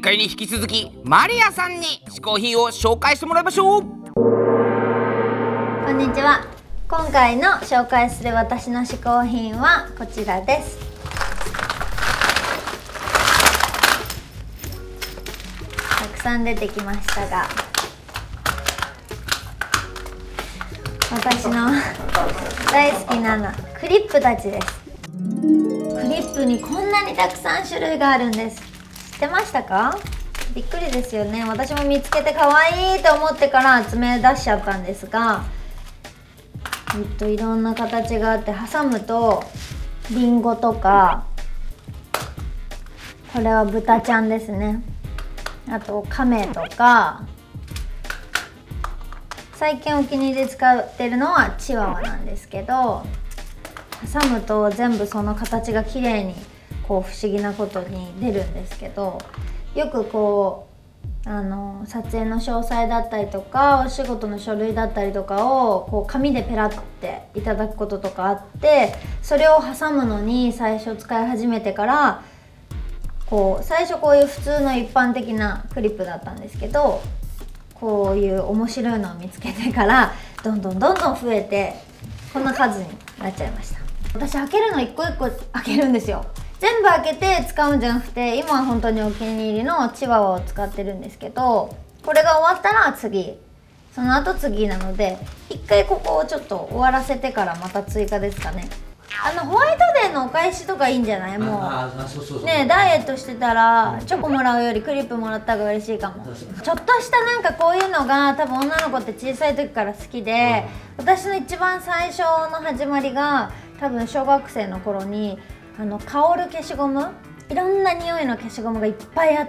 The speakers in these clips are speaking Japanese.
回に引き続きマリアさんに試行品を紹介してもらいましょう。 こんにちは。今回の紹介する私の試行品はこちらです。たくさん出てきましたが、私の大好きなのクリップたちです。クリップにこんなにたくさん種類があるんです。知ってましたか？びっくりですよね。私も見つけて可愛いと思ってから集め出しちゃったんですが、いろんな形があって、挟むとリンゴとか、これは豚ちゃんですね。あとカメとか、最近お気に入りで使ってるのはチワワなんですけど、挟むと全部その形が綺麗にこう不思議なことに出るんですけど、よくこう撮影の詳細だったりとかお仕事の書類だったりとかをこう紙でペラっていただくこととかあって、それを挟むのに最初使い始めてから、最初こういう普通の一般的なクリップだったんですけど、こういう面白いのを見つけてからどんどん増えて、こんな数になっちゃいました。私開けるの一個一個開けるんですよ。全部開けて使うんじゃなくて、今は本当にお気に入りのチワワを使ってるんですけど、これが終わったら次、その後次なので、一回ここをちょっと終わらせてからまた追加ですかね。ホワイトデーのお返しとかいいんじゃない？もうね、ダイエットしてたらチョコもらうよりクリップもらった方が嬉しいかも。ちょっとしたなんかこういうのが多分女の子って小さい時から好きで、私の一番最初の始まりが多分小学生の頃に香る消しゴム、いろんな匂いの消しゴムがいっぱいあって、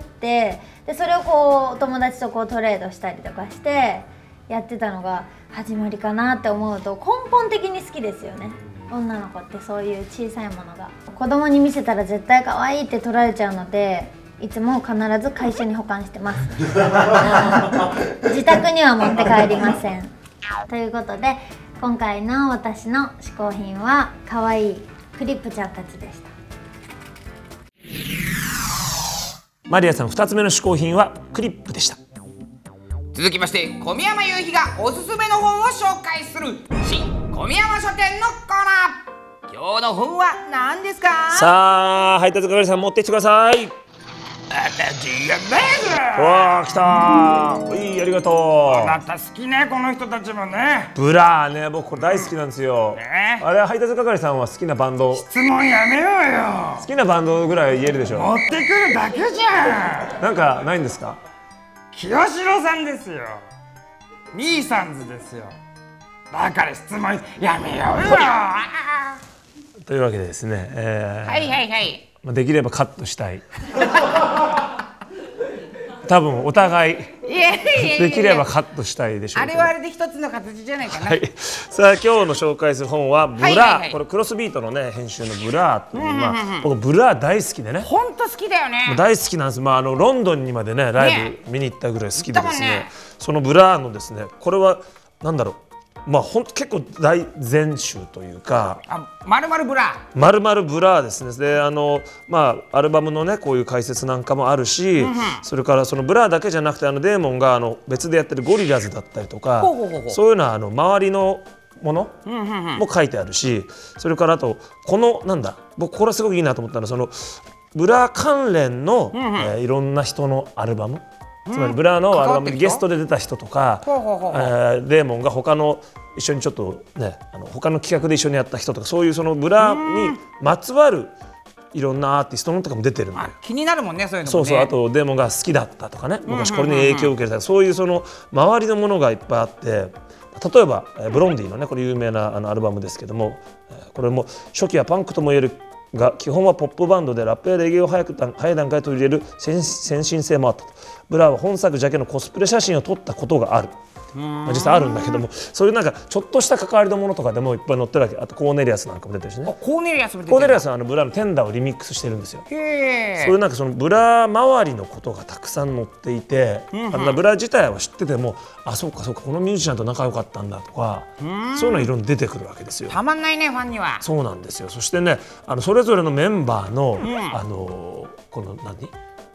でそれをこう友達とこうトレードしたりとかしてやってたのが始まりかなって思うと、根本的に好きですよね。女の子ってそういう小さいものが子供に見せたら絶対可愛いって取られちゃうので、いつも必ず会社に保管してます自宅には持って帰りませんということで、今回の私の試行品は可愛いクリップちゃんたちでした。 マリアさん2つ目の試行品はクリップでした。 続きまして小宮山雄飛がおすすめの本を紹介する新小宮山書店のコーナー。今日の本は何ですか？ さあ配達係さん持ってきてください。わあ来たー、いい、ありがとう。 あなた好きね、この人たちもね。 ブラーね、僕これ大好きなんですよ、あれ配達係さんは好きなバンド、 質問やめようよ。 好きなバンドぐらい言えるでしょ。 持ってくるだけじゃん。 なんかないんですか？ 清志郎さんですよ。ミーサンズですよ。だから質問やめようよというわけでですね、 はいできればカットしたい多分お互いできればカットしたいでしょうけど、 あれはあれで一つの形じゃないかな。 はい、さあ今日の紹介する本はブラー、 はいはいはい、 これクロスビートのね編集のブラーという、僕ブラー大好きでね、 ほんと好きだよね。 大好きなんです。ロンドンにまでねライブ見に行ったぐらい好きでですね、そのブラーのですね、これはなんだろう、結構大全集というか、 まるまるブラまるまるブラーですね。でアルバムのねこういう解説なんかもあるし、それからそのブラーだけじゃなくてデーモンが別でやってるゴリラズだったりとか、そういうのは周りのものも書いてあるし、それからあとこの僕これすごくいいなと思ったのは、そのブラー関連の、いろんな人のアルバム、つまりブラーのアルバムにゲストで出た人とか、デーモンが他の一緒にちょっとね他の企画で一緒にやった人とか、そういうそのブラーにまつわるいろんなアーティストのとかも出てるんだよ。 気になるもんね、そういうのもね。 そう、あとデーモンが好きだったとかね、昔これに影響を受けた、そういうその周りのものがいっぱいあって、例えばブロンディのねこれ有名なアルバムですけども、これも初期はパンクともいえるが基本はポップバンドでラップやレゲエを早い段階で取り入れる先進性もあったと。ブラーは本作ジャケのコスプレ写真を撮ったことがある。実際あるんだけども、そういうちょっとした関わりのものとかでもいっぱい載ってるわけ。あとコーネリアスなんかも出てるしね。 コーネリアスも出てる。 コーネリアスはブラーのテンダーをリミックスしてるんですよ。そういうそのブラー周りのことがたくさん載っていて、ブラー自体は知ってても、そうかこのミュージシャンと仲良かったんだとか、そういうのいろいろ出てくるわけですよ。 たまんないね、ファンには。 そうなんですよ。そしてねそれぞれのメンバーの、この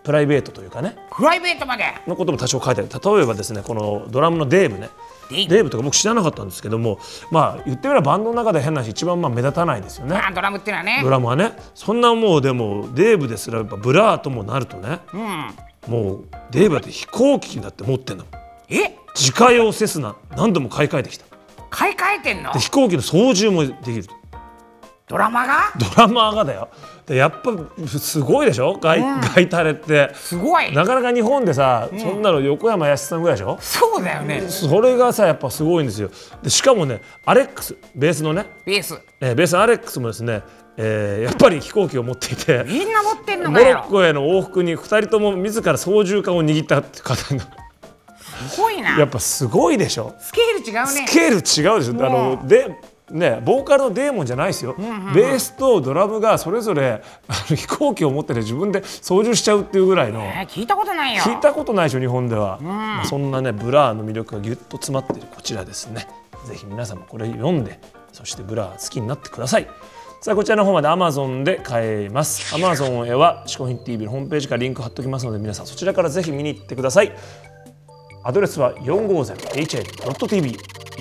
プライベートというかねプライベートまでのことも多少書いてある。例えばですね、このドラムのデーブね、デーブとか僕知らなかったんですけども、まあ言ってみればバンドの中で変な話一番まあ目立たないですよね。 ドラムってのはね。 ドラムはね、そんなもうでもデーブですらやっぱブラーともなるとね、もうデーブだって飛行機だって持ってんの。自家用セスナ何度も買い替えてきた。 買い替えてんの？ で飛行機の操縦もできると。 ドラマーが？ ドラマーがだよ。でやっぱすごいでしょ、ガイタレって。 すごい。 なかなか日本でさ、そんなの横山やすしさんぐらいでしょ。 そうだよね。 それがさやっぱすごいんですよ。でしかもね、アレックスベースのね、 ベースアレックスもですね、やっぱり飛行機を持っていて、 みんな持ってんのモロかよ。 ッコへの往復に2人とも自ら操縦桿を握ったって方のすごいな。 やっぱすごいでしょ。 スケール違うね。 スケール違うでしょ。でね、ボーカルのデーモンじゃないですよ、ベースとドラムがそれぞれ飛行機を持ってて自分で操縦しちゃうっていうぐらいの、 聞いたことないよ。 聞いたことないでしょ日本では。まあそんなねブラーの魅力がギュッと詰まっているこちらですね。ぜひ皆さんもこれ読んで、そしてブラー好きになってください。さあこちらの方まで Amazon で買えます。 Amazon へは嗜好品 TV のホームページからリンク貼っておきますので、皆さんそちらからぜひ見に行ってください。アドレスは 450hin.tv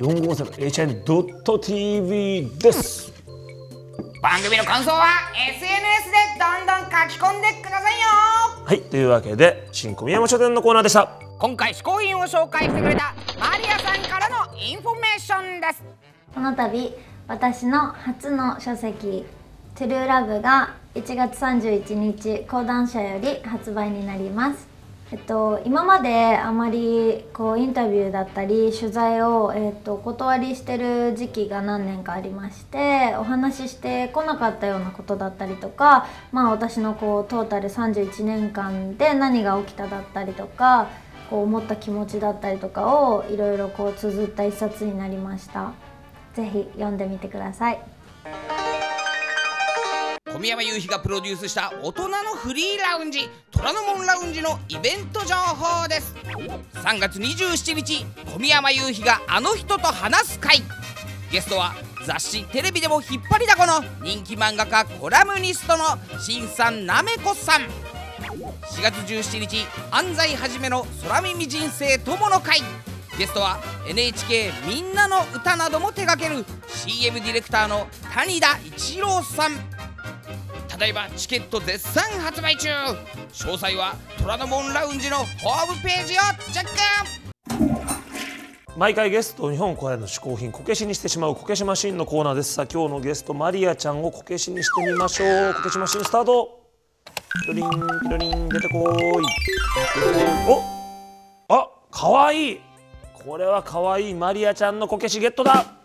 450hin.tv です。 番組の感想は SNS でどんどん書き込んでくださいよ。 はい、というわけで新小宮山書店のコーナーでした。 今回嗜好品を紹介してくれたマリアさんからのインフォメーションです。 この度私の初の書籍トゥルーラブが1月31日講談社より発売になります。今まであまりこうインタビューだったり取材を、お断りしてる時期が何年かありまして、お話ししてこなかったようなことだったりとか、まあ私のこうトータル31年間で何が起きただったりとか、こう思った気持ちだったりとかをいろいろこう綴った一冊になりました。ぜひ読んでみてください。 小宮山雄飛がプロデュースした大人のフリーラウンジ虎ノ門ラウンジのイベント情報です。3月27日小宮山雄飛があの人と話す会。ゲストは雑誌テレビでも引っ張りだこの人気漫画家コラムニストの新さんなめこさん。4月17日安西はじめの空耳人生友の会。ゲストは NHK みんなの歌なども手掛ける CM ディレクターの谷田一郎さん。ただいまチケット絶賛発売中。詳細は虎ノ門ラウンジのホームページをチェック。 毎回ゲストを日本古来の嗜好品こけしにしてしまうこけしマシンのコーナーです。さあ今日のゲストマリアちゃんをこけしにしてみましょう。こけしマシンスタート。ピロリンピロリン出てこーい。お、あ、かわいい。これはかわいいマリアちゃんのこけしゲットだ。